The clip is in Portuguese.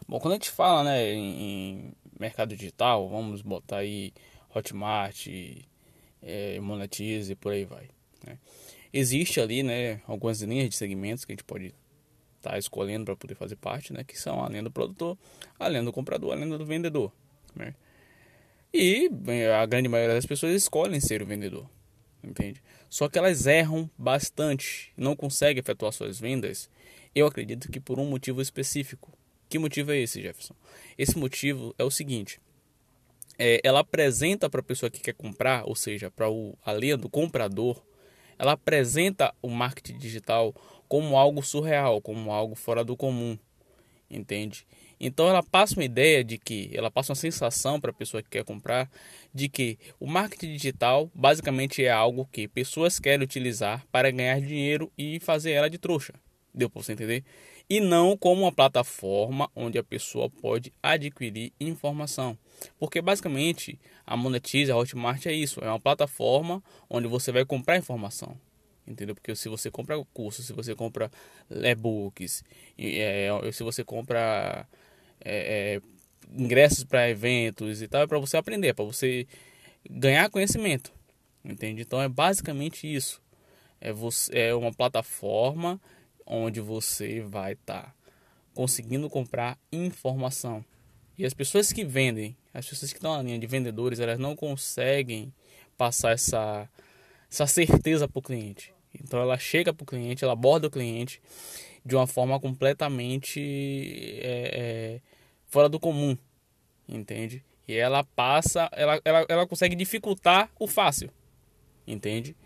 Bom, quando a gente fala, né, em mercado digital, vamos botar aí Hotmart, Monetize e por aí vai, né? Existe ali, né, algumas linhas de segmentos que a gente pode estar escolhendo para poder fazer parte, né, que são a linha do produtor, a linha do comprador, a linha do vendedor, né? E a grande maioria das pessoas escolhem ser o vendedor, entende? Só que elas erram bastante, não conseguem efetuar suas vendas. Eu acredito que por um motivo específico. Que motivo é esse, Jefferson? Esse motivo é o seguinte: ela apresenta para a pessoa que quer comprar, ou seja, para a linha do comprador, ela apresenta o marketing digital como algo surreal, como algo fora do comum, entende? Então ela passa uma ideia de que, ela passa uma sensação para a pessoa que quer comprar, de que o marketing digital basicamente é algo que pessoas querem utilizar para ganhar dinheiro e fazer ela de trouxa. Deu para você entender? E não como uma plataforma onde a pessoa pode adquirir informação. Porque basicamente a Monetize, a Hotmart é isso, é uma plataforma onde você vai comprar informação. Entendeu? Porque se você compra cursos, se você compra e-books, se você compra é, é, ingressos para eventos e tal, é para você aprender, é para você ganhar conhecimento, entende? Então é basicamente isso. É uma plataforma onde você vai estar conseguindo comprar informação. E as pessoas que vendem, as pessoas que estão na linha de vendedores, elas não conseguem passar essa certeza para o cliente. Então ela chega para o cliente, ela aborda o cliente de uma forma completamente fora do comum, entende? E ela passa, ela consegue dificultar o fácil, entende?